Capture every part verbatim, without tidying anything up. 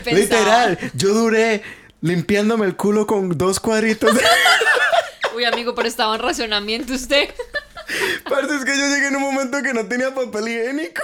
Pensaba. Literal, yo duré limpiándome el culo con dos cuadritos. Uy, amigo, pero estaba en racionamiento usted. Parce, es que yo llegué en un momento que no tenía papel higiénico.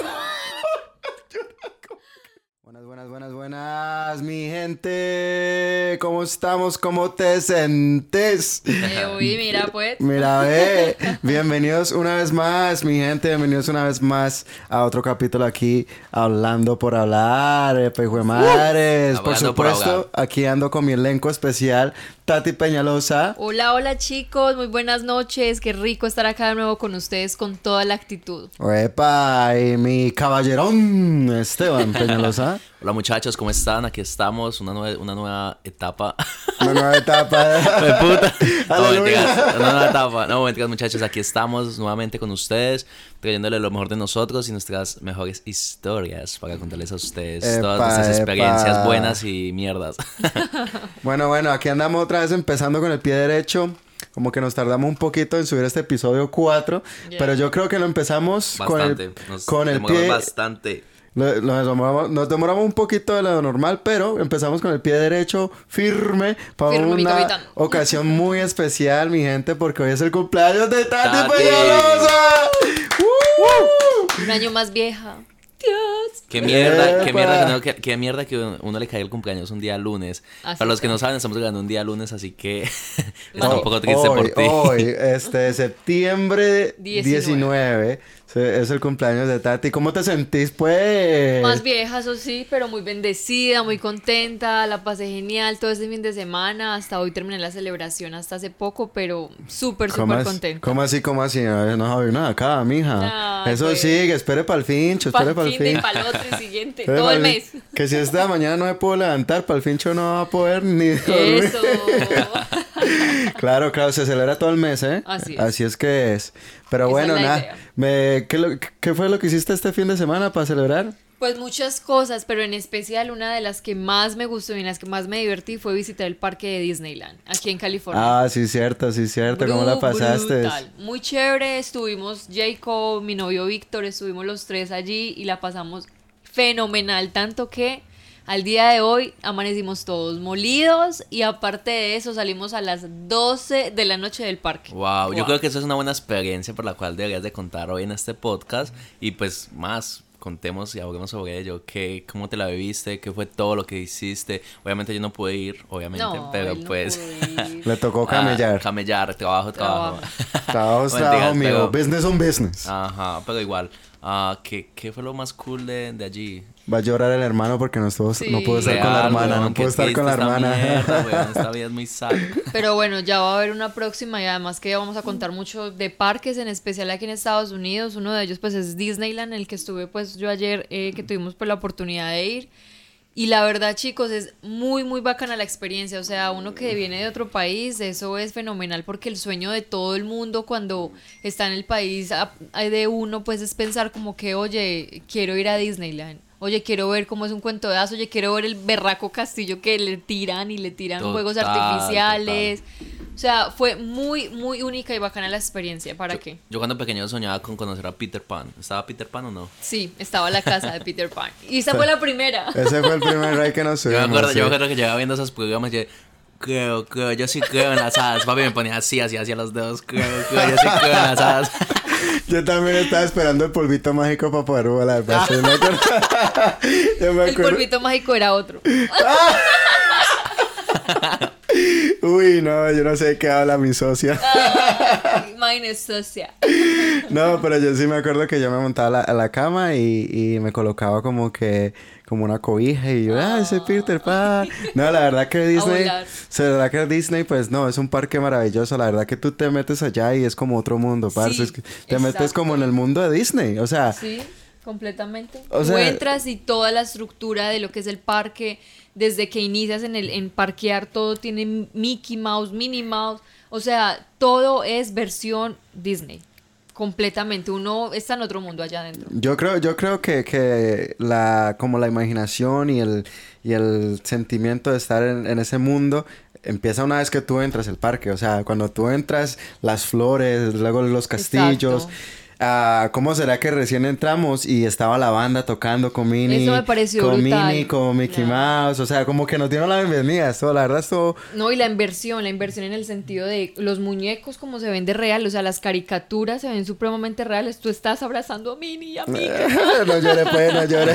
Buenas, buenas, buenas, buenas, mi gente. ¿Cómo estamos? ¿Cómo te sentís? Eh, uy, mira, pues. Mira, ve. Bienvenidos una vez más, mi gente. Bienvenidos una vez más a otro capítulo aquí, Hablando por Hablar. Eh, pues, jue madres. Uh, por supuesto, por aquí ando con mi elenco especial, Tati Peñalosa. Hola, hola, chicos. Muy buenas noches. Qué rico estar acá de nuevo con ustedes con toda la actitud. Epa, y mi caballerón, Esteban Peñalosa. Hola muchachos, ¿cómo están? Aquí estamos, una, nue- una nueva etapa. Una nueva etapa. De puta. No, Aleluya. mentiras, una nueva etapa. No, mentiras, muchachos, aquí estamos nuevamente con ustedes, trayéndole lo mejor de nosotros y nuestras mejores historias para contarles a ustedes Epa, todas nuestras epa. experiencias buenas y mierdas. Bueno, bueno, aquí andamos otra vez empezando con el pie derecho. Como que nos tardamos un poquito en subir este episodio cuatro. Yeah. Pero yo creo que lo empezamos con Bastante. el, Nos con el demoramos pie... bastante. Lo- lo demoramos- nos demoramos un poquito de lo normal, pero empezamos con el pie derecho firme para Firme, mi una capitán. ocasión muy especial, mi gente, porque hoy es el cumpleaños de Tati, Tati. Peñalosa. ¡Uh! Un año más vieja. Dios. Qué mierda, qué Epa. mierda, que, no- qué, qué mierda que uno le cae el cumpleaños un día lunes. Así Para los que está. no saben, estamos grabando un día lunes, así que está Hoy- un poco triste hoy, por ti. Hoy, este, septiembre diecinueve. diecinueve, se- es el cumpleaños de Tati. ¿Cómo te sentís, pues? Más vieja, eso sí, pero muy bendecida, muy contenta. La pasé genial todo este fin de semana. Hasta hoy terminé la celebración, hasta hace poco, pero súper, ¿Cómo súper es- contenta. ¿Cómo así, cómo así? No, no sabía nada acá, mija. Ay, Eso pues. sigue, espere para el fincho, espere para Para el el fin fin. y para el otro y siguiente, Espere todo el pa'l mes. fin. Que si esta mañana no me puedo levantar, para el fincho no va a poder ni dormir. Eso. Claro, claro, se celebra todo el mes, ¿eh? Así es. Así es que es. Pero Esa bueno, es la nada. idea. Me, ¿qué, lo- ¿Qué fue lo que hiciste este fin de semana para celebrar? Pues muchas cosas, pero en especial una de las que más me gustó y en las que más me divertí fue visitar el parque de Disneyland, aquí en California. Ah, sí, cierto, sí, cierto. ¿Cómo la Bru- pasaste? brutal. Muy chévere, estuvimos Jacob, mi novio Víctor, estuvimos los tres allí y la pasamos fenomenal, tanto que al día de hoy amanecimos todos molidos y aparte de eso salimos a las doce de la noche del parque. Wow, yo Wow. creo que eso es una buena experiencia por la cual deberías de contar hoy en este podcast y pues más contemos y hablemos sobre ello, qué, cómo te la viviste, qué fue todo lo que hiciste. Obviamente yo no pude ir, obviamente, No, pero él no pues pudo ir. Le tocó ah, camellar. camellar, trabajo, trabajo. Trabajo es Mentiras, trabajo, amigo. pero- Business on business. Ajá, pero igual. Ah, ¿qué, ¿Qué fue lo más cool de, de allí? Va a llorar el hermano porque no, estuvo, Sí. no pudo estar con la Real, hermana. weón, No qué pudo estar con la triste esta hermana. mierda, weón, esta vida es muy sad. Pero bueno, ya va a haber una próxima y además que vamos a contar mucho de parques, en especial aquí en Estados Unidos. Uno de ellos pues es Disneyland, en el que estuve pues yo ayer, eh, que tuvimos pues la oportunidad de ir. Y la verdad, chicos, es muy, muy bacana la experiencia. O sea, uno que viene de otro país, eso es fenomenal porque el sueño de todo el mundo cuando está en el país a- a- de uno, pues es pensar como que, oye, quiero ir a Disneyland. Oye, quiero ver cómo es un cuento de hadas. Oye, quiero ver el berraco castillo que le tiran y le tiran Total, juegos artificiales. O sea, fue muy, muy única y bacana la experiencia. ¿Para qué? Yo cuando pequeño soñaba con conocer a Peter Pan. ¿Estaba Peter Pan o no? Sí, estaba la casa de Peter Pan. Y esa fue la primera. Ese fue el primer ride que nos Yo me subimos. acuerdo, sí. yo me acuerdo que llegaba viendo esos programas y yo, creo, creo, yo sí creo en las hadas. Papi me ponía así, así, hacia los dedos, creo, creo, yo sí creo en las hadas. Yo también estaba esperando el polvito mágico para poder volar. pero sí me acuerdo. Yo me El acuerdo. polvito mágico era otro. Uy, no, yo no sé de qué habla mi socia. Mine es socia. No, pero yo sí me acuerdo que yo me montaba a la, a la cama y, y me colocaba como que como una cobija y yo, ah, ese Peter Pan. No, la verdad que Disney, volar. la verdad que Disney, pues no, es un parque maravilloso. La verdad que tú te metes allá y es como otro mundo, parce. Sí, Es que te metes exacto. como en el mundo de Disney, o sea, Sí, completamente. O Tú sea- entras y toda la estructura de lo que es el parque, desde que inicias en el en parquear, todo tiene Mickey Mouse, Minnie Mouse. O sea, todo es versión Disney. Completamente. Uno está en otro mundo allá adentro. yo creo, yo creo que, que la, como la imaginación y el, y el sentimiento de estar en, en ese mundo empieza una vez que tú entras al parque. O sea, cuando tú entras, las flores, luego los castillos. Exacto. ah, ¿cómo será que recién entramos y estaba la banda tocando con Minnie? Eso me pareció con brutal. Minnie, con Mickey Claro. Mouse, o sea, como que nos dieron la bienvenida, esto, la verdad, esto... No, y la inversión, la inversión en el sentido de los muñecos como se ven de real, o sea, las caricaturas se ven supremamente reales. Tú estás abrazando a Minnie y a Mickey. No lloré, pues, no lloré.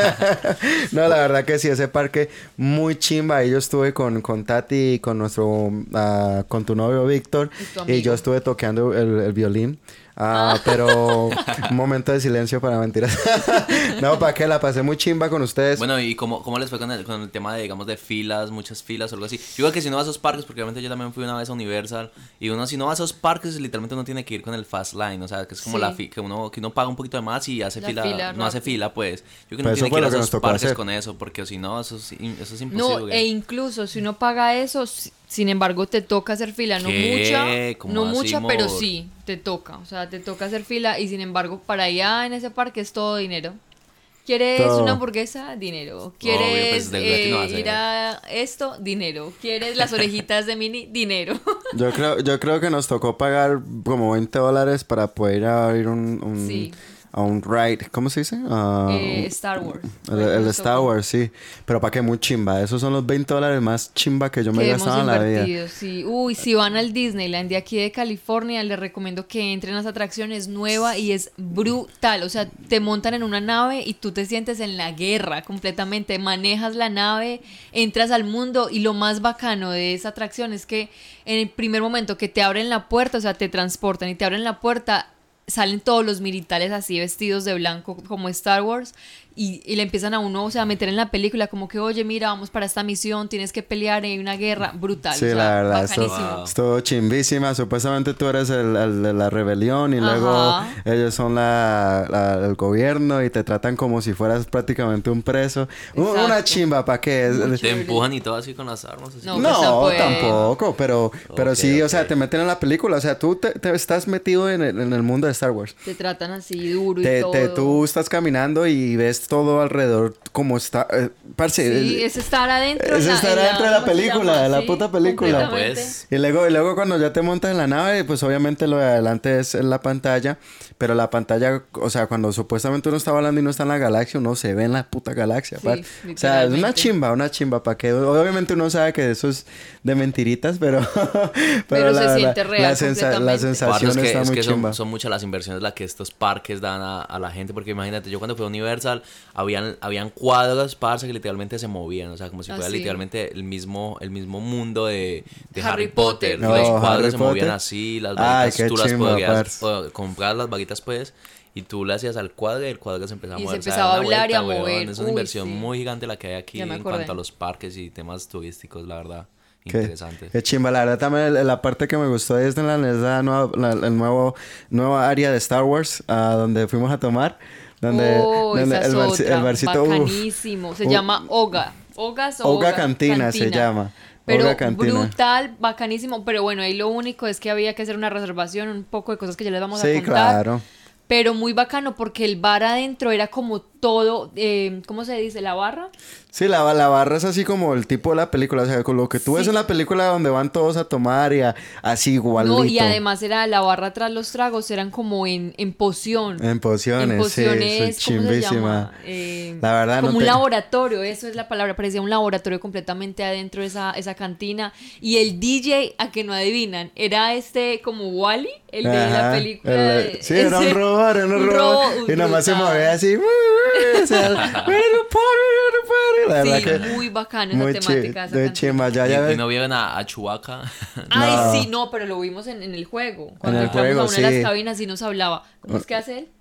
No, la verdad que sí, ese parque muy chimba. Y yo estuve con, con Tati y con nuestro, ah, con tu novio Víctor. Y tu Y, amigo. yo estuve tocando el, el violín. Ah, pero un momento de silencio para mentiras. No, ¿para qué? La pasé muy chimba con ustedes. Bueno, ¿y cómo, cómo les fue con el, con el tema de, digamos, de filas, muchas filas o algo así? Yo creo que si no va a esos parques, porque obviamente yo también fui una vez a Universal, y uno si no va a esos parques, literalmente uno tiene que ir con el fast line, o sea, que es como Sí. la fi que uno que uno paga un poquito de más y hace La fila, fila no hace rápido. fila, pues. Yo creo que Pues uno eso tiene fue que ir lo a que nos esos tocó parques hacer. con eso, porque si no, eso es, im- eso es No, imposible. e incluso si uno paga eso, si- sin embargo te toca hacer fila, no ¿Qué? mucha, ¿Cómo no así, mucha, pero amor? sí, te toca, o sea, te toca hacer fila y sin embargo para allá en ese parque es todo dinero. ¿Quieres Todo. una hamburguesa? Dinero. ¿Quieres pues, de gratis no va a eh, ser. ir a esto? Dinero. ¿Quieres las orejitas de Minnie? Dinero. Yo creo, yo creo que nos tocó pagar como veinte dólares para poder ir a ir un, un- Sí. a un ride. ¿Cómo se dice? Ah, Eh, Star Wars. el, el Nos Star tocó. Wars, sí. Pero para qué muy chimba. Esos son los veinte dólares más chimba que yo me he Que hemos gastado en la vida. invertido, sí. Uy, si van al Disneyland de aquí de California, les recomiendo que entren a esa atracción, es nueva y es brutal. O sea, te montan en una nave y tú te sientes en la guerra completamente. Manejas la nave, entras al mundo y lo más bacano de esa atracción es que en el primer momento que te abren la puerta, o sea, te transportan y te abren la puerta, salen todos los militares así vestidos de blanco como Star Wars y, y le empiezan a uno, o sea, a meter en la película como que, oye, mira, vamos para esta misión, tienes que pelear, hay una guerra brutal. Sí, o sea, la verdad, esto, bacanísimo. Wow. estuvo chimbísima. Supuestamente tú eres el, el de la rebelión y Ajá. luego ellos son la, la- el gobierno y te tratan como si fueras prácticamente un preso. Un- Exacto. Una chimba, ¿para qué? Es- Mucho. es- Te empujan y todo así con las armas. Así. No, No, pues, no puede. tampoco, pero, pero Ok, sí, o sea, ok. te meten en la película. O sea, tú te, te estás metido en el, en el mundo de Star Wars. Te tratan así duro y Te, todo. te- tú estás caminando y ves todo alrededor como está. Eh, parce, Sí, eh, es estar adentro. es en la- estar en la- adentro de la ¿cómo se película, llama? de la Sí, puta película. completamente. Pues, Y luego, y luego cuando ya te montas en la nave, pues obviamente lo de adelante es en la pantalla, pero la pantalla, o sea, cuando supuestamente uno está volando y no está en la galaxia, uno se ve en la puta galaxia. Sí, par. O sea, es una literalmente. chimba, una chimba, para que obviamente uno sabe que eso es de mentiritas, pero pero, Pero se la, siente la- real la, sensa- la completamente. sensación Parce, es que, está es muy que chimba. son, son muchas las inversiones las que estos parques dan a, a la gente, porque imagínate, yo cuando fui a Universal, habían, habían cuadros, parce, que literalmente se movían, o sea, como si Ah, fuera sí. literalmente el mismo, el mismo mundo de, de Harry Harry Potter. Potter. Los No, cuadros Harry se movían Potter. así, las Ay, varitas, qué tú las chimba, podías parce. eh, comprar las varitas, pues, y tú le hacías al cuadro y el cuadro se empezaba a Y se mover. o sea, empezaba era a una hablar y a vuelta, mover. weón. Es una Uy, inversión sí. muy gigante la que hay aquí Ya me en acordé. cuanto a los parques y temas turísticos, la verdad. Qué, Interesante. qué chimba, la verdad también el- la parte que me gustó de Disneyland es la nueva, la, el nuevo, nueva área de Star Wars, ah, donde fuimos a tomar, donde, Oh, donde esa es el, barci- otra, el barcito, uf, bacanísimo. Se Uh, llama Oga. Ogas o Oga Cantina se llama. Pero Oga Cantina. brutal, bacanísimo. Pero bueno, ahí lo único es que había que hacer una reservación, un poco de cosas que ya les vamos a Sí, contar. claro. Pero muy bacano porque el bar adentro era como todo, eh, ¿cómo se dice? ¿La barra? Sí, la, la barra es así como el tipo de la película, o sea, con lo que tú ves Sí. en la película donde van todos a tomar y a- así igualito. No, y además era la barra tras los tragos, eran como en, en poción. En pociones, En pociones, sí, ¿cómo se chimbísima. llama? Eh, La verdad como no un te- laboratorio, eso es la palabra, parecía un laboratorio completamente adentro de esa, esa cantina. Y el D J, a que no adivinan, era este como Wally, el de la Ajá, película. el- de- sí, era un ese- robot, era un un robot. robot, Y nomás se brutal. movía así. O sea, "We're in a party, we're in a party". La verdad Sí, que muy bacana esa muy chi- temática. esa de cantina. chimba. Ya, ¿Y, ya y no vieron a, a Chewbacca? Ay, No. sí, no, pero lo vimos en, en el juego. Cuando el entramos juego, a una de sí. las cabinas y nos hablaba. ¿Cómo es que hace él?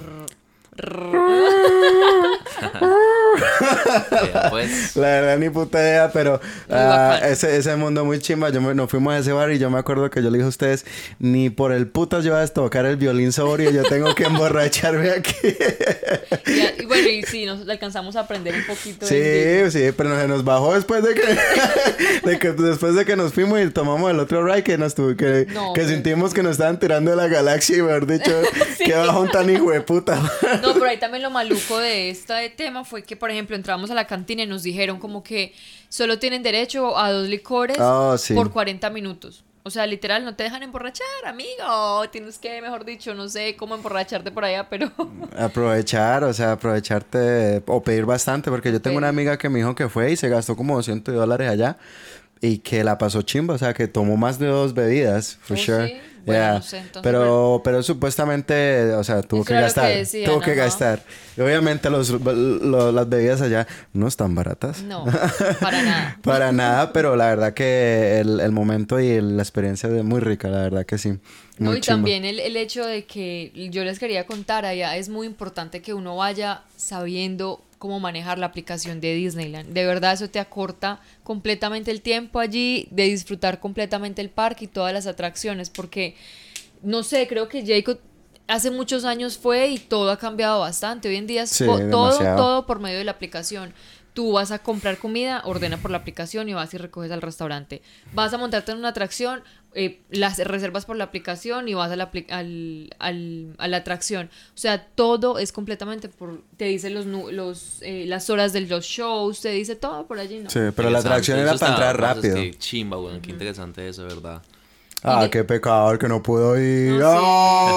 Vea, pues. La verdad, ni puta idea, pero Muy ah, bacano. ese, ese mundo muy chimba. Yo me- nos fuimos a ese bar y yo me acuerdo que yo le dije a ustedes, ni por el putas yo voy a tocar el violín sobrio, yo tengo que emborracharme aquí. Y, y bueno, y sí, nos alcanzamos a aprender un poquito. del Sí, sí, pero se nos bajó después de que, de que después de que nos fuimos y tomamos el otro ride que nos tuvo, que, No, que pero- sentimos que nos estaban tirando de la galaxia y mejor dicho, que bajón tan hijo de puta. No, pero ahí también lo maluco de este tema fue que, por ejemplo, entramos a la cantina y nos dijeron como que solo tienen derecho a dos licores Oh, sí. por cuarenta minutos. O sea, literal, no te dejan emborrachar, amigo. Tienes que, mejor dicho, no sé cómo emborracharte por allá, pero... Aprovechar, o sea, aprovecharte o pedir bastante, porque yo tengo una amiga que me dijo que fue y se gastó como doscientos dólares allá y que la pasó chimba, o sea, que tomó más de dos bebidas, for ¿Oh, sure. sí? Bueno, Yeah. no sé, entonces, pero, pero supuestamente, o sea, tuvo Eso que era lo gastar, que decían, tuvo que ajá. gastar. Y obviamente los, lo- las bebidas allá no están baratas. No, para nada. Para nada, pero la verdad que el, el momento y el- la experiencia es muy rica, la verdad que sí. No, Muy y chimba. también el, el hecho de que yo les quería contar allá, es muy importante que uno vaya sabiendo cómo manejar la aplicación de Disneyland. De verdad, eso te acorta completamente el tiempo allí, de disfrutar completamente el parque y todas las atracciones, porque, no sé, creo que Jacob hace muchos años fue y todo ha cambiado bastante. Hoy en día es Sí, po- todo, demasiado. todo por medio de la aplicación. Tú vas a comprar comida, ordena por la aplicación y vas y recoges al restaurante. Vas a montarte en una atracción, eh, las reservas por la aplicación y vas a la, apli- al, al- a la atracción. O sea, todo es completamente por... Te dice los, nu- los, eh, las horas de los shows, te dice todo por allí, ¿no? Sí, pero la atracción era Eso para está- entrar pues, es rápido. que chimba, weón. Qué interesante eso, ¿verdad? Ah, Y de- qué pecado el que no pudo ir. No, sí.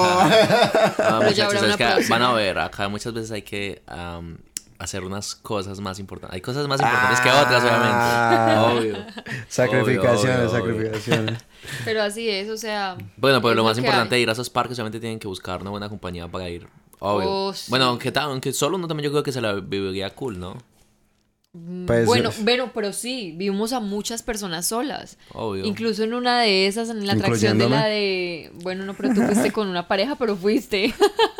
Ah. Ah, Pero ya habrá muchachos, una es que próxima. van a ver, acá muchas veces hay que am, hacer unas cosas más importantes. Hay cosas más importantes que Ah. otras, obviamente. Obvio. Sacrificaciones, Obvio, obvio, obvio. sacrificaciones. Pero así es, o sea... Bueno, pero es lo más que importante hay. de ir a esos parques obviamente tienen que buscar una buena compañía para ir. Obvio. Oh, sí. Bueno, aunque, ta- aunque solo uno también yo creo que se la viviría cool, ¿no? Pues, Bueno, eh, bueno, pero sí, vimos a muchas personas solas. Obvio. Incluso en una de esas, en la atracción de la Incluyéndome. de... Bueno, no, pero tú fuiste con una pareja, pero fuiste.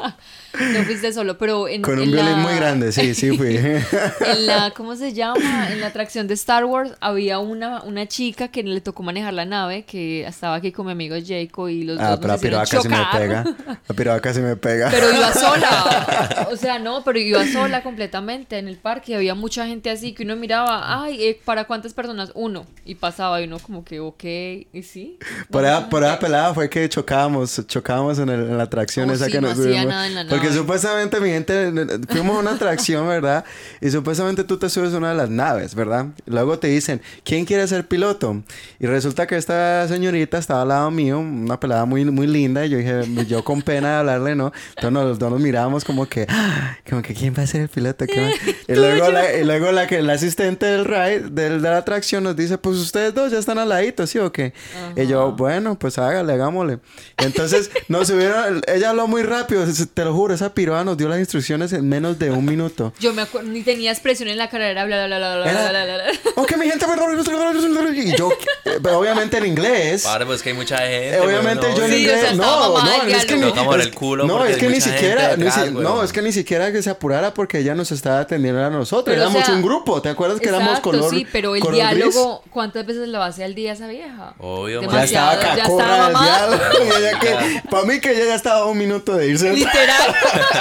No fuiste solo, pero en, con un en violín la... muy grande, sí, sí fui. En la, ¿cómo se llama? En la atracción de Star Wars había una, una chica que le tocó manejar la nave, que estaba aquí con mi amigo Jaco y los Ah, dos pero la nos hicieron piroa casi me chocar. pega. La piroa casi me pega. Pero iba sola. O sea, no, pero iba sola completamente en el parque. Había mucha gente así que uno miraba, ay, eh, ¿para cuántas personas? Uno. Y pasaba y uno como que, ok, ¿y sí? Por Vamos esa, a por esa ver. pelada fue que chocábamos, chocábamos en, el- en la atracción Oh, esa sí, que no nos hacía subimos. nada en la Porque nave. supuestamente mi gente, fuimos a una atracción, ¿verdad? Y supuestamente tú te subes a una de las naves, ¿verdad? Y luego te dicen, ¿quién quiere ser piloto? Y resulta que esta señorita estaba al lado mío, una pelada muy, muy linda, y yo dije, yo con pena de hablarle, ¿no? Entonces nos, nos mirábamos como que, ¡ah! Como que ¿quién va a ser el piloto? ¿Quién va-?" Y luego, la, y luego la que el asistente del ride, del, de la atracción nos dice, pues ustedes dos ya están al ladito, ¿sí o qué? Y yo, bueno, pues hágale, hagámosle. Entonces nos subieron, ella habló muy rápido, te lo juro, esa piroa nos dio las instrucciones en menos de un minuto. Yo me acuerdo, ni tenía expresión en la cara, era bla, bla, bla, bla, bla, Era- bla, bla, bla. Ok, mi gente, y yo, eh, pero obviamente en inglés. Padre, pues que hay mucha gente. Eh, obviamente bueno, yo en Sí, o inglés, sea, estaba no, mamada no, el es que ni, diálogo. Tocamos es- el culo no, porque es que hay ni mucha siquiera, gente ni si- detrás, no, weón. es que ni siquiera que se apurara porque ella nos estaba atendiendo a nosotros, Pero, o éramos sea, un grupo, ¿te acuerdas que éramos Exacto, color sí, pero el color diálogo, ¿cuántas veces lo hace al día esa vieja? Obvio, gris? man. Ya estaba Demasiado, ya cacorra estaba del mamada. diálogo, y ella que, para mí que ella ya estaba a un minuto de irse. Literal.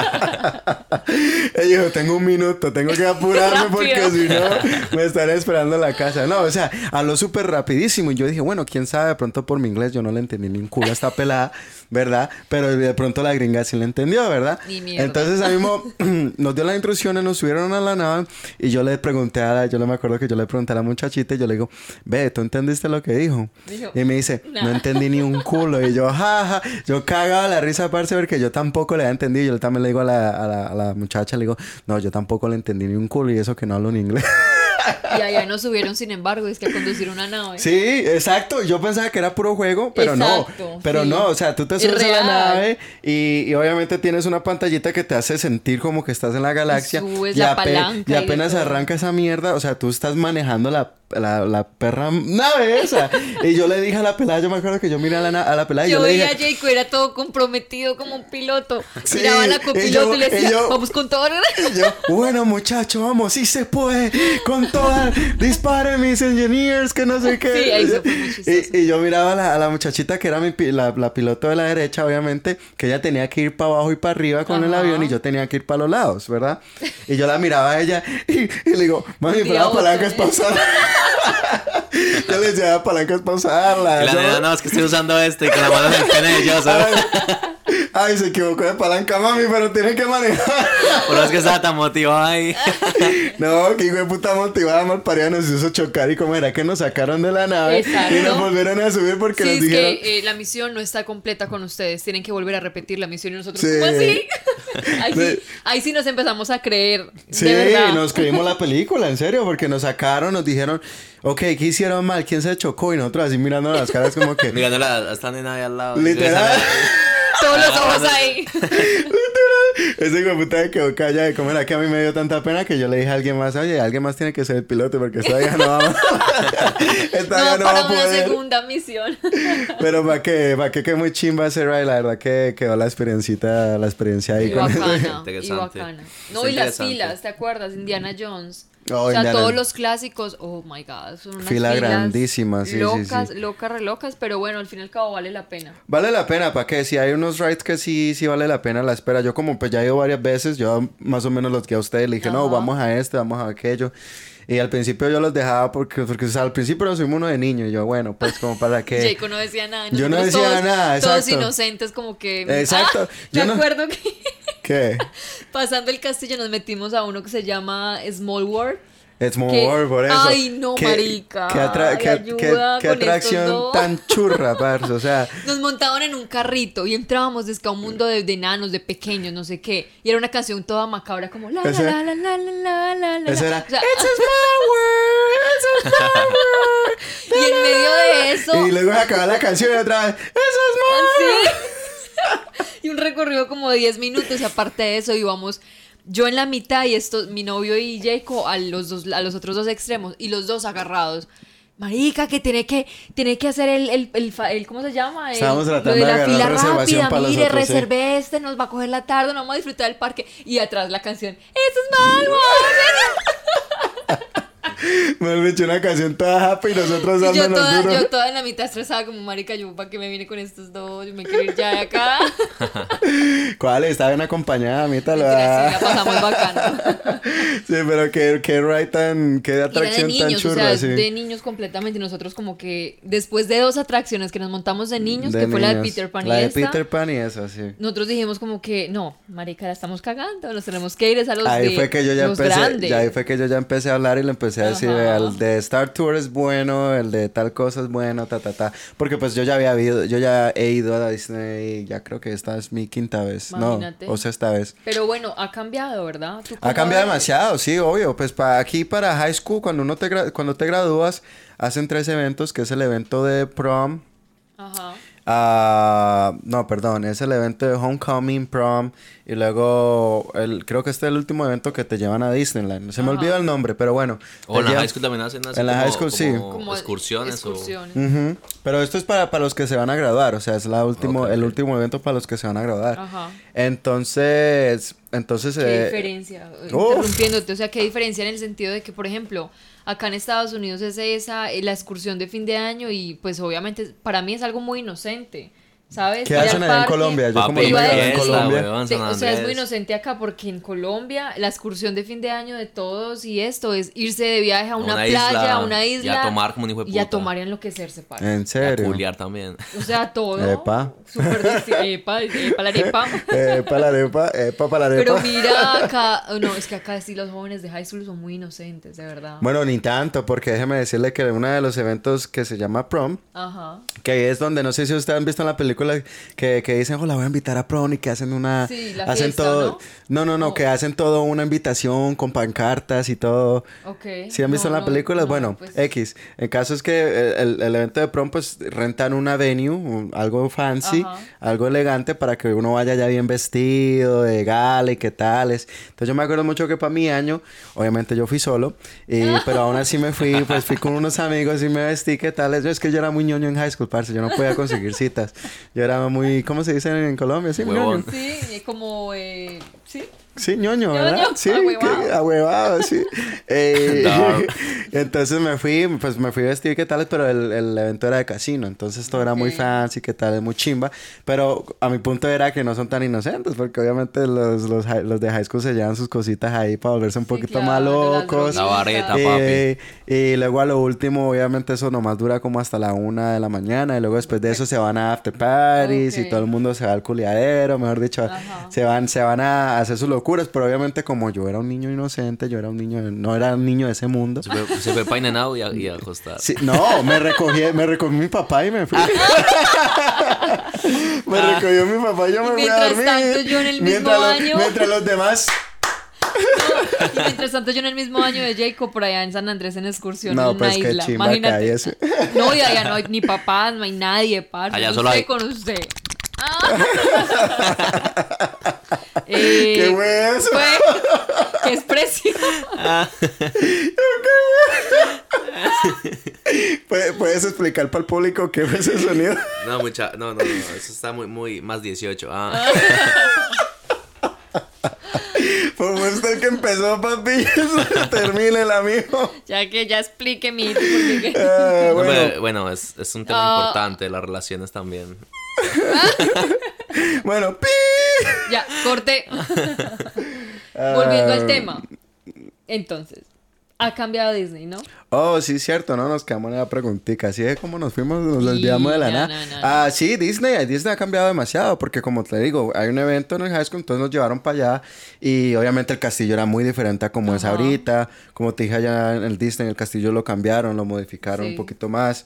Ella dijo, tengo un minuto, tengo que apurarme Rápido. porque si no me estaré esperando en la casa. No, o sea, habló súper rapidísimo y yo dije, bueno, quién sabe, de pronto por mi inglés yo no le entendí ni un culo a esta pelada, ¿verdad? Pero de pronto la gringa sí le entendió, ¿verdad? Ni mierda. Entonces ahí mismo nos dio las instrucciones, nos subieron a la nave y yo le pregunté a la, yo le me acuerdo que yo le pregunté a la muchachita y yo le digo, ve, ¿tú entendiste lo que dijo? Dijo, Y me dice, no "Nah". entendí ni un culo. Y yo, jaja, yo cagaba la risa, parce, porque yo tampoco le había entendido. Yo también le digo a la, a la, a la muchacha, le digo, no, yo tampoco le entendí ni un culo y eso que no hablo en inglés. Y allá nos subieron, sin embargo, es que a conducir una nave. Sí, exacto. Yo pensaba que era puro juego, pero Exacto, no. Pero sí. no, o sea, tú te Es subes a la real. nave y, y obviamente tienes una pantallita que te hace sentir como que estás en la galaxia. Y subes y, la ape- palanca y y de apenas todo. arranca esa mierda, o sea, tú estás manejando la, la, la perra nave esa. Y yo le dije a la pelada, yo me acuerdo que yo miré a la, na- a la pelada y Yo yo, le veía dije... a Jaco, era todo comprometido como un piloto. Sí, Miraba a la y copiloto yo- y, le decía, y yo- vamos con todo. Y yo, bueno, muchacho, vamos, sí se puede. Con toda, disparen mis engineers, que no sé qué. Sí, eso fue muy chistoso. y, y yo miraba a la, a la muchachita que era mi, pi- la, la piloto de la derecha, obviamente, que ella tenía que ir para abajo y para arriba con el Ajá. avión y yo tenía que ir para los lados, ¿verdad? Y yo la miraba a ella y, y le digo, mami, Un pero día la palanca otro, es ¿eh? pausada. Yo le decía, la palanca es pausarla. Y la Yo- nena, no, es que estoy usando este y con la mano en el pene de yo, ¿sabes? Ay, se equivocó de palanca, mami, pero tiene que manejar. Por eso es que estaba tan motivado ahí. No, que hijo de puta motivada, malparida, nos hizo chocar y como era que nos sacaron de la nave. Exacto. Y nos volvieron a subir porque Sí, les es dijeron... que eh, la misión no está completa con ustedes. Tienen que volver a repetir la misión y nosotros, Sí. ¿cómo así? ahí, sí, Sí. ahí sí nos empezamos a creer. Sí, de verdad. nos creímos la película, en serio, porque nos sacaron, nos dijeron, ok, ¿qué hicieron mal? ¿Quién se chocó? Y nosotros así mirando las caras como que... Mirando la, esta nena ahí al lado. Literal. Todos los ojos ahí. Ese hijo de puta me quedó callado y como era que a mí me dio tanta pena que yo le dije a alguien más, oye, alguien más tiene que ser el piloto porque esta vieja no va esta No, vieja no va para a una poder. segunda misión. Pero para qué, para qué que muy chimba ese ride, la verdad que quedó la experiencia, la experiencia ahí Y con bacana, y Interesante. bacana. Está No, y las interesante. filas, ¿te acuerdas? Indiana Jones. Oh, o sea, Indiana- todos los clásicos, oh my god, son unas Fila filas grandísima, sí, sí, locas, sí. locas, re locas, pero bueno, al fin y al cabo vale la pena. Vale la pena, ¿para qué? Si hay unos rides que sí, sí vale la pena la espera. Yo como pues ya he ido varias veces, yo más o menos los que a ustedes le dije, no, Ajá. vamos a este, vamos a aquello. Y al principio yo los dejaba porque, porque o sea, al principio nos fuimos uno de niño y yo, bueno, pues como para que... Jacob no decía nada. Yo no nosotros decía todos- nada, Todos exacto. inocentes como que... Exacto, Ah, yo me no- acuerdo que ¿Qué? pasando el castillo nos metimos a uno que se llama Small World. Es more ¿Qué? World, por eso. Ay, no, ¿Qué- marica. Qué, atra- Ay, qué- ayuda qué- qué con estos atracción dos. tan churra, parce. O sea, Nos montaban en un carrito y entrábamos desde a un mundo de, de enanos, de pequeños, no sé qué. Y era una canción toda macabra como la la Ese- la la la la la la la. eso era. O sea, It's a small world, it's a small world. y en medio de eso, Y luego se acaba la canción y otra vez. It's a small sí. Y un recorrido como de diez minutos. Y aparte de eso íbamos yo en la mitad y esto, mi novio y Jacob a los dos, a los otros dos extremos y los dos agarrados. Marica, que tiene que, tiene que hacer el, el, el, fa- el- ¿cómo se llama? El- Estábamos lo tratando de de la agarrar fila reservación rápida, para los mire, otros, sí. reservé este, nos va a coger la tarde, no vamos a disfrutar del parque. Y atrás la canción, ¡eso es malo! Me han hecho una canción toda happy y nosotros Y yo dándonos toda, duro. yo toda en la mitad estresada como, marica, yo, ¿para qué me vine con estos dos? Yo me quiero ir ya de acá. ¿Cuál? Estaba bien acompañada, mi tal. Mentira, sí, la pasamos bacano. Sí, pero qué, qué ride tan, qué Y era de atracción tan niños, o churra, sea, sí. de niños completamente. Nosotros como que después de dos atracciones que nos montamos de niños, De que fue la de niños. Peter Pan y La de esta, Peter Pan y esa, sí. nosotros dijimos como que, no, marica, la estamos cagando, nos tenemos que ir es a los Ahí de, fue que yo ya los empecé, grandes. ya ahí fue que yo ya empecé a hablar y le empecé a decir, Ajá. "Vea, el de Star Tour es bueno, el de tal cosa es bueno, ta ta ta", porque pues yo ya había ido, yo ya he ido a Disney, ya creo que esta es mi quinta vez, Imagínate. no, o sexta vez. Pero bueno, ha cambiado, ¿verdad? ¿Tú Ha cómo cambiado ves? demasiado, sí, obvio. Pues para aquí, para high school, cuando uno te gra- cuando te gradúas, hacen tres eventos, que es el evento de prom. Ajá. ah, no, perdón, es el evento de homecoming, prom. Y luego, el, creo que este es el último evento que te llevan a Disneyland. Se me Ajá. olvidó el nombre, pero bueno. O en te la llevan- high school también hacen así En la como- high school, sí. como Como excursiones, excursiones. Ujú. Pero esto es para, para los que se van a graduar, o sea, es la último, Ok, el ok. último evento para los que se van a graduar. Ajá. Entonces, entonces... ¿Qué eh, diferencia? uf. Interrumpiéndote, o sea, ¿qué diferencia en el sentido de que, por ejemplo, acá en Estados Unidos es esa, eh, la excursión de fin de año y pues obviamente para mí es algo muy inocente, ¿sabes? ¿Qué Ir al hacen allá en parque. Colombia? Yo como Papi, no me gradué en fiesta, Colombia... weón. Sí, San o sea, es muy Andrés. inocente acá porque en Colombia la excursión de fin de año de todos y esto es irse de viaje a una, Una playa, isla, a una y isla. a tomar como un hijo de Y a puta. tomar y a enloquecerse, parce. En Y a serio. culiar también. O sea, todo. Epa. Súper distinto. Epa, epa, la arepa. Eh, para la arepa, eh, para la arepa. Pero mira acá, oh, no, es que acá sí los jóvenes de high school son muy inocentes, de verdad. Bueno, ni tanto, porque déjeme decirle que uno de los eventos que se llama prom, Ajá. que ahí es donde, no sé si ustedes han visto en la película, que, que dicen, hola, voy a invitar a prom y que hacen una... Sí, la hacen fiesta, todo... No, no, no, Oh. que hacen todo una invitación con pancartas y todo. Ok. ¿Sí han visto No, en la no, película? no, Bueno, pues, X. El caso es que el, el evento de prom, pues, rentan una venue, un- algo fancy, Ajá. algo elegante para que uno vaya ya bien vestido, de gala y qué tales. Entonces yo me acuerdo mucho que para mi año, obviamente yo fui solo, y, pero aún así me fui, pues fui con unos amigos y me vestí, qué tales. Yo es que yo era muy ñoño en high school, parce, yo no podía conseguir citas. Yo era muy, ¿cómo se dice en Colombia? Sí, muy Huevón. ñoño. Sí, como, eh, sí. Sí, ñoño, ¿verdad? Ñoño, Sí, ahuevado. que- ahuevado, sí. Eh, No. entonces me fui, pues me fui vestido, ¿qué tal? Pero el, el evento era de casino, entonces todo era muy Ok. fancy, ¿qué tal? Muy chimba. Pero a mi punto era que no son tan inocentes, porque obviamente los, los, hi- los de high school se llevan sus cositas ahí para volverse un Sí, poquito claro, más las locos. La vareta, Eh, y luego a lo último, obviamente eso nomás dura como hasta la una de la mañana. Y luego después de eso se van a after parties y Ok. todo el mundo se va al culiadero, mejor dicho, Ajá. se van, se van a hacer sus locuras. Pero obviamente como yo era un niño inocente, yo era un niño, no era un niño de ese mundo. Se fue, se fue pa' In-N-Out y a, y a acostar. Sí, no, me recogí, me recogió mi papá y me fui. me recogió mi papá y yo Y me fui a mientras dormir. tanto, yo en el mismo mientras lo- año- mientras los demás... Y mientras tanto yo en el mismo año de Jacob por allá en San Andrés en excursión No, en pues, una qué isla. chimba Imagínate. cae eso. No, y allá no hay ni papás, no hay nadie, parce. Allá Es solo usted hay- con usted. Ah. Eh, ¿Qué fue eso? fue- qué expresión. ¿Puedes, puedes explicar para el público qué fue ese sonido? No, mucha, no, no, no, eso está muy, muy, más dieciocho. Ah. Fue usted el que empezó, papi. Termínela, amigo. Ya que ya explique mi... porque- Ah, No, bueno, pero, bueno, es, es un tema Ah. importante, las relaciones también. bueno, pi. Ya, corte. Ah. Volviendo al tema. Entonces, ha cambiado Disney, ¿no? Oh, sí, cierto, ¿no? Nos quedamos en la preguntita. Así es como nos fuimos, nos Y- desviamos de la no, nada. no, no, no. Ah, sí, Disney. Disney ha cambiado demasiado porque, como te digo, hay un evento en el high school, entonces nos llevaron para allá y obviamente el castillo era muy diferente a como es Ajá. ahorita. Como te dije allá en el Disney, el castillo lo cambiaron, lo modificaron Sí. un poquito más.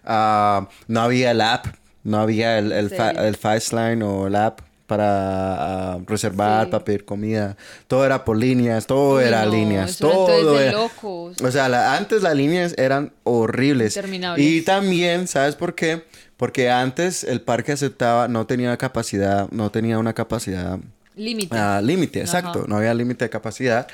Ah, no había el app, no había el, el, fa- Serio. el Fast Line o el app para ah, reservar, Sí. para pedir comida. Todo era por líneas, todo Uy, era no, líneas, eso era todo entonces de era... locos. O sea, la- antes las líneas eran horribles. Interminables. Y también, ¿sabes por qué? Porque antes el parque aceptaba, no tenía capacidad, no tenía una capacidad Límite. ah, límite, Ajá. exacto. No había límite de capacidad.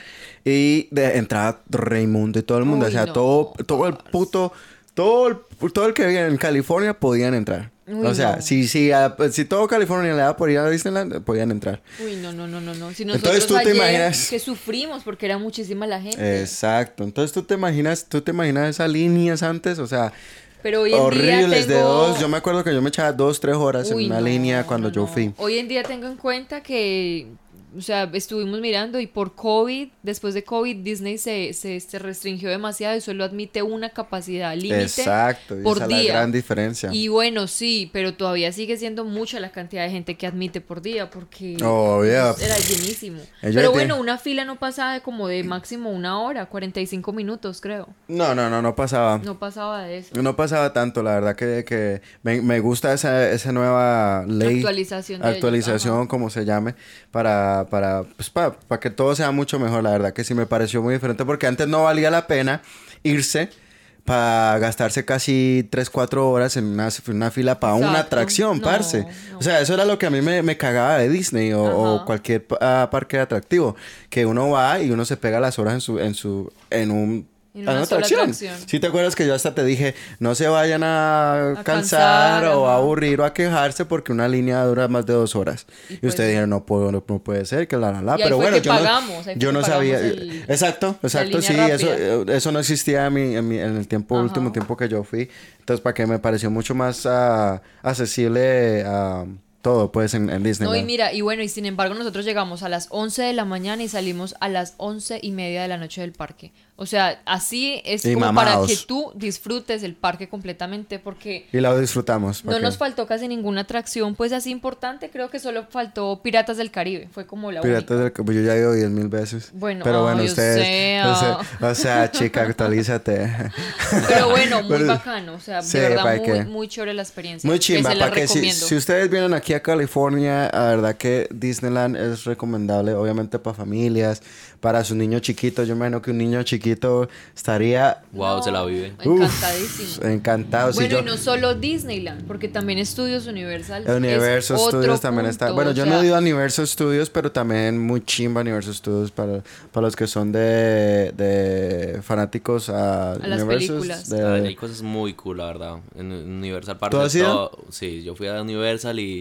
Y de, entraba Raimundo y todo el mundo. Uy, o sea, no, todo, todo el parce. puto, todo el, todo el que vivía en California podían entrar. Uy, o sea, no. si, si, ah, si todo California le daba por ir a Disneyland, podían entrar. Uy, no, no, no, no, no. Si Entonces, nosotros ¿tú te ayer imaginas? que sufrimos porque era muchísima la gente. Exacto. Entonces, ¿tú te imaginas, tú te imaginas esas líneas antes? O sea, Pero hoy en horribles día de tengo... dos. Yo me acuerdo que yo me echaba dos, tres horas Uy, en una no, línea cuando no, yo no. fui. Hoy en día tengo en cuenta que, o sea, estuvimos mirando y por COVID, después de COVID, Disney se, se, se restringió demasiado y solo admite una capacidad límite Exacto. Y por esa es la día. gran diferencia. Y bueno, sí, pero todavía sigue siendo mucha la cantidad de gente que admite por día porque Oh, yeah. era llenísimo. Ellos Pero de- bueno, una fila no pasaba de como de máximo una hora, cuarenta y cinco minutos creo. No, no, no, no pasaba. No pasaba de eso. No pasaba tanto, la verdad que, que me, me gusta esa, esa nueva ley. Actualización de ellos, Actualización, ajá. como se llame, para, para, pues, para, para que todo sea mucho mejor. La verdad que sí me pareció muy diferente porque antes no valía la pena irse para gastarse casi tres, cuatro horas en una, una fila para una Exacto. atracción, No, parce. no. O sea, eso era lo que a mí me, me cagaba de Disney o, o Ajá. cualquier ah, parque atractivo. Que uno va y uno se pega las horas en su, en su, en un En en una una sola atracción. atracción. Si te acuerdas que yo hasta te dije, no se vayan a, A cansar, cansar, o a ajá. aburrir o a quejarse porque una línea dura más de dos horas. Y Y, pues- ustedes dijeron, no, puedo, no, no puede ser, que la, la, la. Y ahí Pero fue bueno, que yo pagamos, ahí no, fue yo que no sabía. pagamos el- exacto, exacto, línea sí, eso, rápida. eh, eso no existía en, mi, en, mi- en el tiempo, Ajá. último tiempo que yo fui. Entonces, para que me pareció mucho más ah, accesible a todo, pues, en, en Disney. No, y mira, y bueno, y sin embargo nosotros llegamos a las once de la mañana y salimos a las once y media de la noche del parque. O sea, así es Y como mamados. para que tú disfrutes el parque completamente porque Y lo disfrutamos. no ¿para nos qué? faltó casi ninguna atracción, pues así importante, creo que solo faltó Piratas del Caribe, fue como la Piratas única. del Caribe, yo ya he ido diez mil veces. Bueno, pero bueno, ay, o ustedes. sea. O sea, o sea, chica, actualízate. Pero bueno, muy Pero- bacano, o sea, Sí, de verdad ¿para muy, qué? muy chévere la experiencia. Muy que chimba, se la para que si, recomiendo. si ustedes vienen aquí a California, la verdad que Disneyland es recomendable, obviamente para familias, para sus niños chiquitos. Yo me imagino que un niño chiquito estaría Wow, No, se la vive. Encantadísimo. uf, encantado. Bueno, si yo, y no solo Disneyland, porque también Estudios Universal. el Universo es otro Studios también está. punto, Bueno, o yo sea, no he ido a Universo Studios, pero también muy chimba Universo Studios para, para los que son de, de fanáticos a, las Universos, películas. de- Ay, hay cosas muy cool, la verdad. En en Universal Park. ¿Tú has ido? todo- Sí, yo fui a Universal y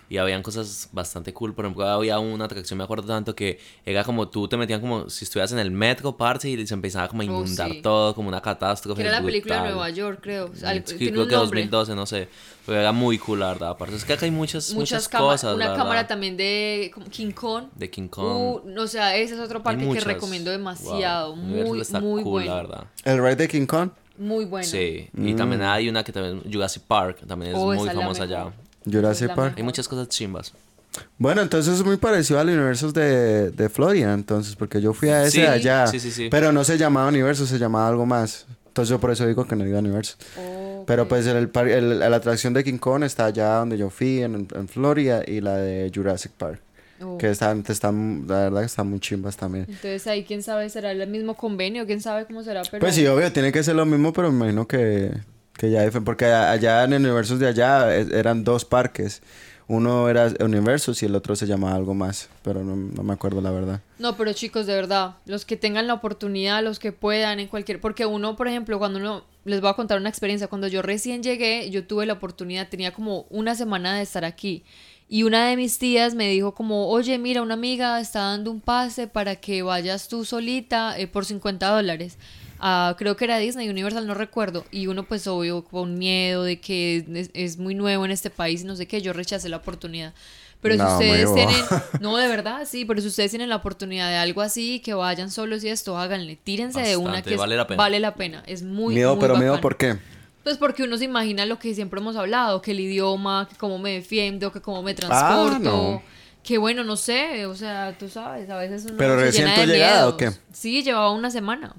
y habían cosas bastante cool. Por ejemplo, había una atracción, me acuerdo tanto, que era como tú te metían como si estuvieras en el metro, parce, y se empezaba como a Oh, inundar sí. todo, como una catástrofe. Que era la película de brutal. Nueva York, creo. Al- Sí, tiene creo un que nombre. dos mil doce, no sé. Pero era muy cool, la verdad. Parce. Es que acá hay muchas, muchas, Muchas cámaras. cosas. Una la cámara verdad. también de como King Kong. De King Kong. Uh, o sea, ese es otro Hay parque que muchas. recomiendo demasiado. Wow. Universal Muy, está muy cool, bueno. la verdad. El ride de King Kong, Muy bueno. Sí, y también hay una que también, Jurassic Park, también es Oh, muy esa es la famosa mejor. allá. Jurassic Es la Park. Hay muchas cosas chimbas. Bueno, entonces es muy parecido al Universos de, de Florida, entonces, porque yo fui a ese Sí, de allá, sí, sí, sí. pero no se llamaba Universo, se llamaba algo más. Entonces yo por eso digo que no iba a Universo. Oh, Pero ok. pues el, par- el- la atracción de King Kong está allá donde yo fui, en, en Florida, y la de Jurassic Park, Oh. que están, están, la verdad que están muy chimbas también. Entonces ahí quién sabe, será el mismo convenio, quién sabe cómo será, pero Pues sí, obvio, tiene que ser lo mismo, pero me imagino que, que ya, dif- porque a- allá en el Universos de allá eh, eran dos parques. Uno era Universos y el otro se llamaba algo más, pero no, no me acuerdo la verdad. no, pero chicos, de verdad, los que tengan la oportunidad, los que puedan en cualquier, porque uno, por ejemplo, cuando uno, les voy a contar una experiencia, cuando yo recién llegué, yo tuve la oportunidad, tenía como una semana de estar aquí. Y una de mis tías me dijo como, oye, mira, una amiga está dando un pase para que vayas tú solita eh, por cincuenta dólares. Ah, creo que era Disney, Universal, no recuerdo. Y uno pues obvio con miedo de que es, es muy nuevo en este país y no sé qué, yo rechacé la oportunidad. Pero No, si ustedes muy tienen, bobo. no, de verdad, sí, pero si ustedes tienen la oportunidad de algo así, que vayan solos y esto, háganle, tírense de una Bastante, que es- vale la pena. vale la pena, es muy, Miedo, muy pero miedo, bacano. ¿por qué? Pues porque uno se imagina lo que siempre hemos hablado, que el idioma, que cómo me defiendo, que cómo me transporto, Ah, no. que bueno, no sé, o sea, tú sabes, a veces uno ¿Pero se recién llena tu de llegada miedos. o qué? Sí, llevaba una semana.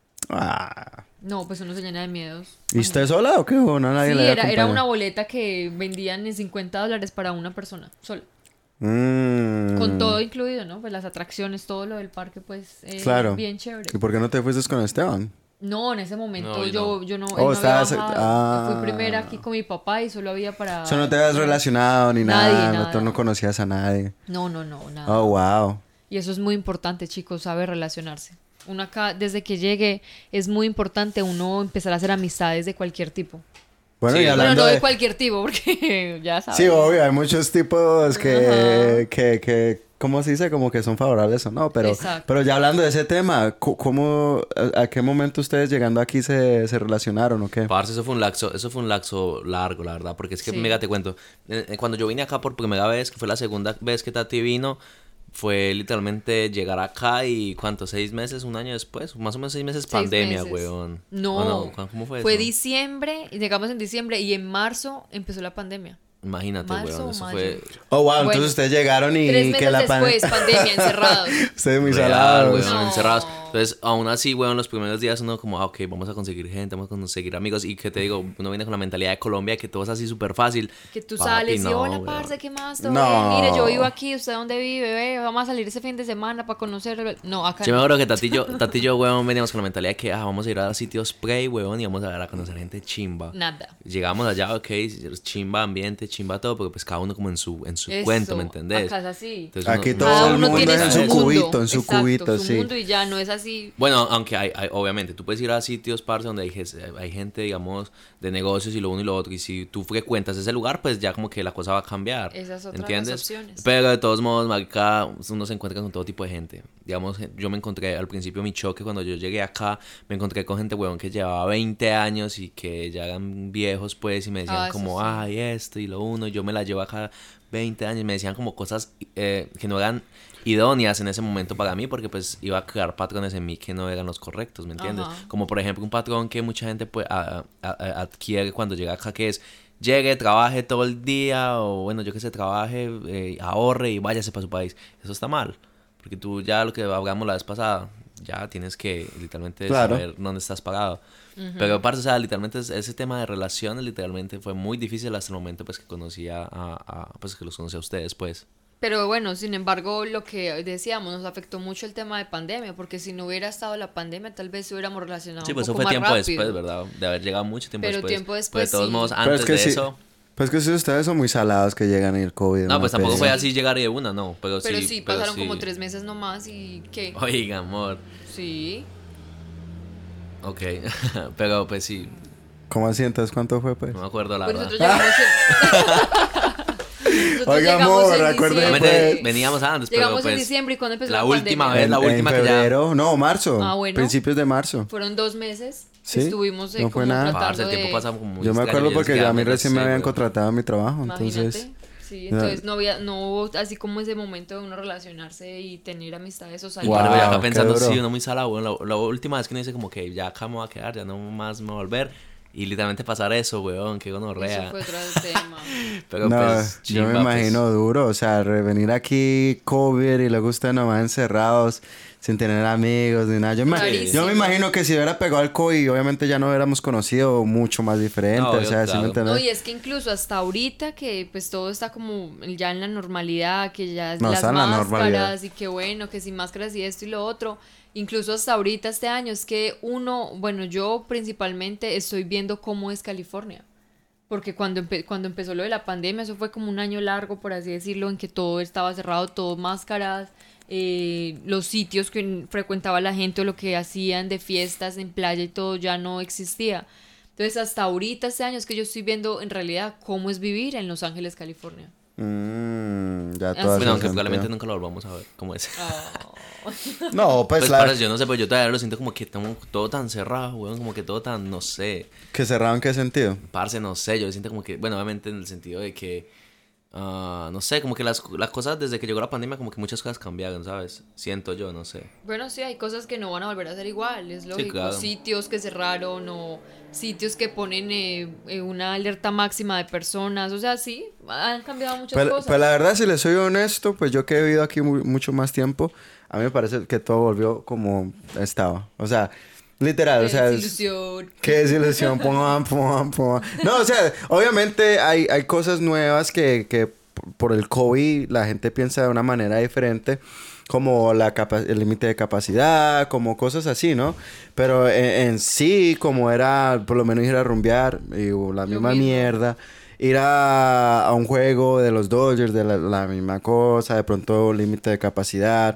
Ah. No, pues uno se llena de miedos. ¿Y usted sola o qué? ¿O no nadie Sí, le era, era acompaña? una boleta que vendían en cincuenta dólares para una persona, sola. Mm. Con todo incluido, ¿no? Pues las atracciones, todo lo del parque, pues, eh, Claro. bien chévere. ¿Y por qué no te fuiste con Esteban? No, en ese momento No, yo yo, no. yo no, él Oh, no había estabas- bajado. ah. Fui primera aquí con mi papá y solo había para... Eso no te habías relacionado ni Nadie, nada, no, nada. tú no conocías a nadie. No, no, no, nada. Oh, wow. Y eso es muy importante, chicos, saber relacionarse. Uno acá, desde que llegue, es muy importante uno empezar a hacer amistades de cualquier tipo. Bueno, Sí, y bueno, Bueno, hablando no de de... cualquier tipo, porque ya sabes. Sí, obvio, hay muchos tipos que, Ajá. que, que, ¿cómo se dice? Como que son favorables o no, pero, Exacto. pero ya hablando de ese tema, cu- ¿cómo, a, a qué momento ustedes llegando aquí se, se relacionaron o qué? Parce, eso fue un laxo, eso fue un laxo largo, la verdad, porque es que, Sí. mega, te cuento, eh, eh, cuando yo vine acá por primera vez, que fue la segunda vez que Tati vino, fue literalmente llegar acá y, ¿cuánto? ¿Seis meses? ¿Un año después? Más o menos seis meses, Seis pandemia, meses. weón. No, ¿O no? ¿Cómo fue eso? Fue diciembre, y llegamos en diciembre y en marzo empezó la pandemia. Imagínate, marzo weón, o eso mayo. fue... Oh, wow, Bueno, entonces ustedes llegaron y Tres meses que la pan- después, pandemia, encerrados. Ustedes muy Real, salados. weón, No. encerrados. Entonces, aún así, weón, los primeros días uno como, ah, ok, vamos a conseguir gente, vamos a conseguir amigos. Y que te digo, uno viene con la mentalidad de Colombia, que todo es así súper fácil. Que tú Papi, sales y no, hola, weón. parce, ¿qué más? ¿Todo No. bien? Mire, yo vivo aquí, ¿usted dónde vive? Ve, vamos a salir ese fin de semana para conocer... No, acá Yo me no. acuerdo que Tati y yo, Tati y yo, weón, veníamos con la mentalidad de que, ah, vamos a ir a sitios spray, weón, y vamos a, ver a conocer gente chimba. Nada. Llegamos allá, ok, chimba ambiente, chimba todo, porque pues cada uno como en su, en su Eso, cuento, ¿me entendés? acá es así. Entonces, Aquí uno- todo Cada el uno mundo tiene es en su su mundo. cubito, en su Exacto, cubito, su sí. mundo y ya no es así. Bueno, aunque hay, hay- obviamente, tú puedes ir a sitios, parce, donde hay, ges- hay gente, digamos, de negocios y lo uno y lo otro, y si tú frecuentas ese lugar, pues ya como que la cosa va a cambiar, Esa es otra de las ¿entiendes? opciones. Pero de todos modos, marica, uno se encuentra con todo tipo de gente. Digamos, yo me encontré, al principio mi choque, cuando yo llegué acá, me encontré con gente, weón, que llevaba veinte años y que ya eran viejos, pues, y me decían Ah, eso como, sí. ay, esto y lo uno, y yo me la llevo acá veinte años, y me decían como cosas eh, que no eran idóneas en ese momento para mí, porque pues iba a crear patrones en mí que no eran los correctos, ¿me entiendes? Ajá. Como por ejemplo un patrón que mucha gente pues, a- a- a- adquiere cuando llega acá, que es llegue, trabaje todo el día, o bueno, yo que sé, trabaje, eh, ahorre y váyase para su país. Eso está mal, porque tú ya lo que hablamos la vez pasada, ya tienes que literalmente Claro. saber dónde estás parado. Pero aparte, o sea, literalmente es- ese tema de relaciones literalmente fue muy difícil hasta el momento pues que conocí a, a- a- pues que los conocí a ustedes, pues. Pero bueno, sin embargo, lo que decíamos, nos afectó mucho el tema de pandemia, porque si no hubiera estado la pandemia, tal vez se hubiéramos relacionado Sí, un pues eso poco fue más tiempo rápido. después, ¿verdad? De haber llegado mucho tiempo Pero después. tiempo Pero después, de todos sí. modos, Pero antes es que de sí, eso... pues que si ustedes son muy salados que llegan y el COVID. No, una pues tampoco peli. fue así llegar de una, no. Pero, Pero sí, sí, pero pasaron sí. como tres meses nomás y ¿qué? Oiga, amor. Sí. Ok. Pero pues sí, ¿Cómo así? Entonces, ¿cuánto fue, pues? no me acuerdo la Pues verdad. nosotros llegamos en... Nosotros Oiga, llegamos amor, en recuerde, diciembre. pues. Veníamos antes, Llegamos pero en pues, diciembre y cuando empezó la la, última pandemia. vez, la En- última en que ya... febrero, no, marzo. Ah, bueno. Principios de marzo. Fueron dos meses. Sí, Estuvimos eh, no fue como nada. tratando Parce, el tiempo de... pasa como muy Yo me extraño, acuerdo yo porque es que ya a mí no recién sé, me habían weón. contratado en mi trabajo, Imagínate. entonces... Sí, no. entonces no había, no hubo así como ese momento de uno relacionarse y tener amistades o salir. Wow, Pero yo acá qué pensando, duro. sí, uno muy salado, weón. La, la última vez que uno dice como que ya acá me voy a quedar, ya no más me voy a volver. Y literalmente pasar eso, weón, qué gonorrea. Eso fue otro tema. Pero No, pues, yo me chimba, imagino pues. duro, o sea, re- venir aquí COVID y luego ustedes nomás encerrados, sin tener amigos ni nada. Yo me, Rarísimo. yo me imagino que si hubiera pegado el COVID, obviamente ya no hubiéramos conocido mucho más diferente, No, o obvio, sea, ¿sí me claro. entiendes? No, y es que incluso hasta ahorita que pues todo está como ya en la normalidad, que ya No, las está en la máscaras normalidad. y que bueno, que sin máscaras y esto y lo otro, incluso hasta ahorita este año es que uno, bueno, yo principalmente estoy viendo cómo es California. Porque cuando, empe- cuando empezó lo de la pandemia, eso fue como un año largo, por así decirlo, en que todo estaba cerrado, todo máscaras, eh, los sitios que frecuentaba la gente o lo que hacían de fiestas en playa y todo ya no existía. Entonces hasta ahorita este año es que yo estoy viendo en realidad cómo es vivir en Los Ángeles, California. Mm, ya Ah, todo sí. Bueno, hace aunque sentido. probablemente nunca lo volvamos a ver, ¿cómo es? Oh. No, pues, Pues, la... parce, yo no sé, pero yo todavía lo siento como que todo, todo tan cerrado, weón, como que todo tan, no sé. ¿Que cerrado en qué sentido? Parce, no sé, yo lo siento como que, bueno, obviamente en el sentido de que, ah, no sé, como que las, las cosas desde que llegó la pandemia, como que muchas cosas cambiaron, ¿sabes? Siento yo, no sé. Bueno, sí, hay cosas que no van a volver a ser igual, es lógico. claro. Sitios que cerraron o sitios que ponen eh, eh, una alerta máxima de personas, o sea, sí, han cambiado muchas Pues, cosas. pues la verdad, si les soy honesto, pues yo que he vivido aquí mu- mucho más tiempo, a mí me parece que todo volvió como estaba. O sea, literal, Qué o sea... es- desilusión. Qué desilusión, pum, pum, pum. No, o sea, obviamente hay, hay cosas nuevas que, que p- por el COVID la gente piensa de una manera diferente, como la capa- el límite de capacidad, como cosas así, ¿no? Pero en, en sí, como era por lo menos ir a rumbear, y la misma mismo. mierda. Ir a, a un juego de los Dodgers, de la, la misma cosa, de pronto límite de capacidad,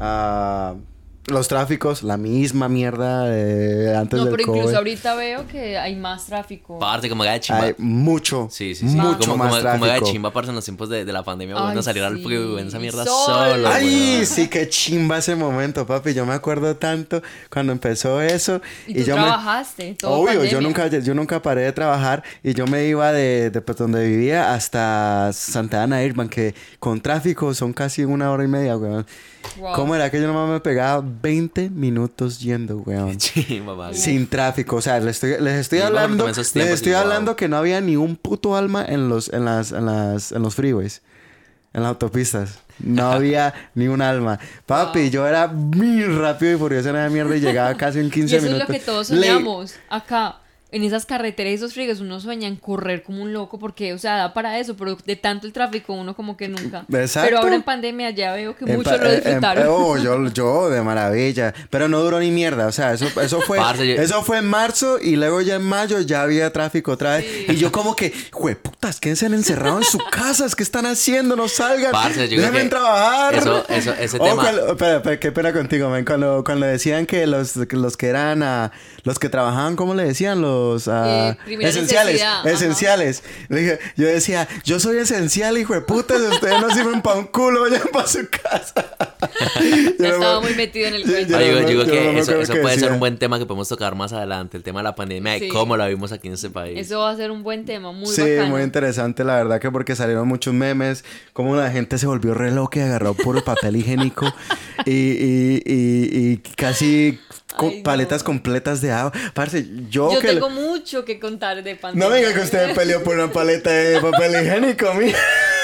a los tráficos, la misma mierda de antes No, del pero incluso COVID. ahorita veo que hay más tráfico. Parte como era de chimba. Hay mucho, Sí, sí, sí. mucho como, más como, tráfico. como era de chimba, parce, en los tiempos de, de la pandemia, Ay, bueno, salir al sí. frío, en esa mierda Solo. solo, Ay, weón. sí, qué chimba ese momento, papi. Yo me acuerdo tanto cuando empezó eso. Y tú yo me... trabajaste, todo Obvio, pandemia. yo nunca, yo nunca paré de trabajar y yo me iba de, de pues, donde vivía hasta Santa Ana, Irvine, que con tráfico son casi una hora y media, weón. Wow. ¿Cómo era que yo nomás me pegaba veinte minutos yendo, weón? Chimba, madre. Sin tráfico, o sea, les estoy, les estoy Y más porque hablando, en esos les tiempos, estoy y wow. hablando que no había ni un puto alma en los, en las, en las, en los freeways, en las autopistas. No había ni un alma. Papi, Wow. yo era muy rápido y furioso en esa mierda y llegaba casi en Y quince eso minutos. es lo que todos Le- soñamos. Acá, en esas carreteras y esos frigos, uno sueña en correr como un loco porque, o sea, da para eso, pero de tanto el tráfico uno como que nunca. Exacto. Pero ahora en pandemia ya veo que En muchos pa- lo eh, en- disfrutaron. oh, yo, yo, de maravilla. Pero no duró ni mierda. O sea, eso, eso fue Parce, yo- eso fue en marzo y luego ya en mayo ya había tráfico otra vez. Sí. Y yo como que, putas, quédense encerrados en sus casas. ¿Qué están haciendo? No salgan. Parce, yo creo Déjenme que trabajar. eso- eso- ese Oh, tema- cuando- espera, espera, qué pena contigo, man. Cuando, cuando decían que los, que los que eran, ah, los que trabajaban, ¿cómo le decían? Los ah, Eh, primera esenciales. necesidad, ajá. Esenciales. Le dije- yo decía, yo soy esencial, hijo de puta. Si ustedes no sirven para un culo, vayan para su casa. Yo Ya no estaba me- muy metido en el Sí, cuento. yo Ay, no digo, me- digo yo no que me eso, acuerdo eso qué puede ser decía. un buen tema que podemos tocar más adelante, el tema de la pandemia Sí. y cómo la vimos aquí en este país. Eso va a ser un buen tema, muy Sí, bacano. muy interesante, la verdad que porque salieron muchos memes, como la gente se volvió re loca y agarró puro papel higiénico y, y, y, y casi co- Ay, no. paletas completas de agua. Parce, yo, Yo que... tengo mucho que contar de pandemia. No me diga que usted peleó por una paleta de papel higiénico, mía.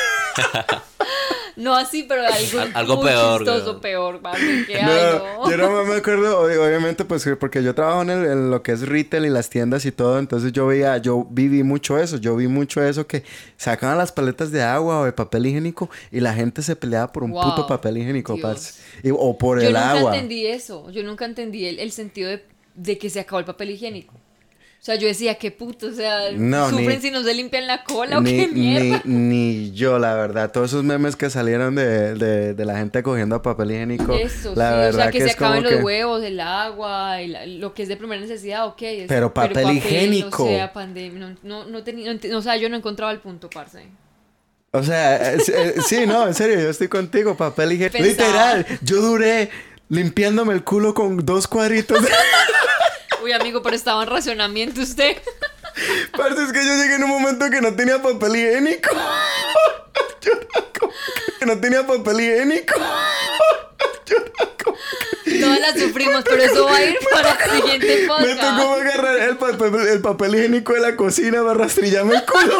No así, pero algo, Al- algo muy peor, chistoso, güey. peor, papi, que No, ay, no. yo no me acuerdo, ob- obviamente, pues porque yo trabajo en, el- en lo que es retail y las tiendas y todo, entonces yo veía, yo viví mucho eso, yo vi mucho eso que sacaban las paletas de agua o de papel higiénico y la gente se peleaba por un Wow, puto papel higiénico, Dios. parce. Y- o por Yo el nunca agua. entendí eso. Yo nunca entendí el, el sentido de, de que se acabó el papel higiénico. O sea, yo decía, qué puto, o sea, No, ¿sufren ni- si no se limpian la cola o Ni, qué mierda? ni, ni yo, la verdad. Todos esos memes que salieron de, de, de la gente cogiendo papel higiénico. Eso, la sí, o verdad sea, que, se es como acaben los que- huevos, el agua, el- lo que es de primera necesidad, ok. es- Pero papel higiénico. O sea, pandemia, no, no, no, tenía, no ent- o sea, yo no encontraba el punto, parce. O sea, es- eh, sí, no, en serio, yo estoy contigo, papel higiénico. Pensaba. Literal, yo duré limpiándome el culo con dos cuadritos. de- Uy, amigo, pero estaba en racionamiento usted. Parce, es que yo llegué en un momento que no tenía papel higiénico. Yo era como que no tenía papel higiénico. Yo era como Todas las sufrimos, pero eso va a ir para el siguiente Me podcast. tocó agarrar el papel, el papel higiénico de la cocina para rastrillarme el culo.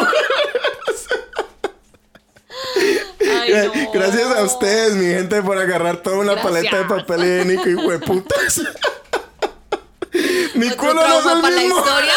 Ay, no. Gracias a ustedes, mi gente, por agarrar toda una Gracias. paleta de papel higiénico, hijo de putas. Mi Otro culo no es trauma el para la mismo. historia.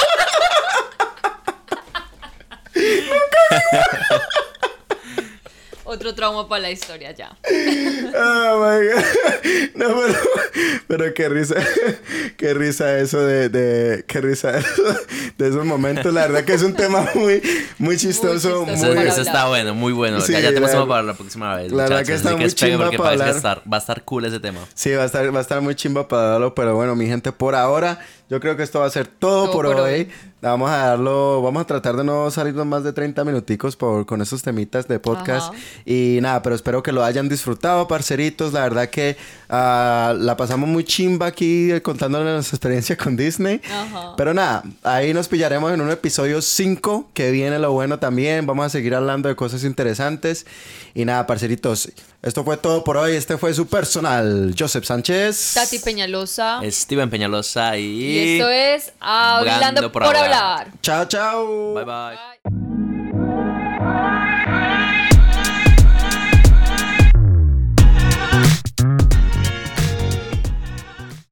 Otro trauma para la historia ya. Oh my God. No, pero, pero qué risa, qué risa eso de, de qué risa eso de esos momentos. La verdad que es un tema muy, muy chistoso. chistoso Muy, Eso, para eso está hablar. bueno, muy bueno. Sí, ya, ya tenemos la- tema para la próxima vez. la verdad muchachos, que está así muy esperen chimba porque para parece que hablar. estar, va a estar cool ese tema. Sí, va a estar, va a estar muy chimba para darlo, pero bueno, mi gente, por ahora, yo creo que esto va a ser todo, Todo por, por hoy. hoy. Vamos a darlo, vamos a tratar de no salirnos más de treinta minuticos por, con esos temitas de podcast. Ajá. Y nada, pero espero que lo hayan disfrutado, parceritos. La verdad que ah, la pasamos muy chimba aquí eh, contándoles nuestra experiencia con Disney. Ajá. Pero nada, ahí nos pillaremos en un episodio cinco, que viene lo bueno también. Vamos a seguir hablando de cosas interesantes. Y nada, parceritos, esto fue todo por hoy. Este fue su personal, Joseph Sánchez. Tati Peñalosa. Steven Peñalosa y... Y esto es Hablando por, hablar. Chao, chao. Bye bye. Bye.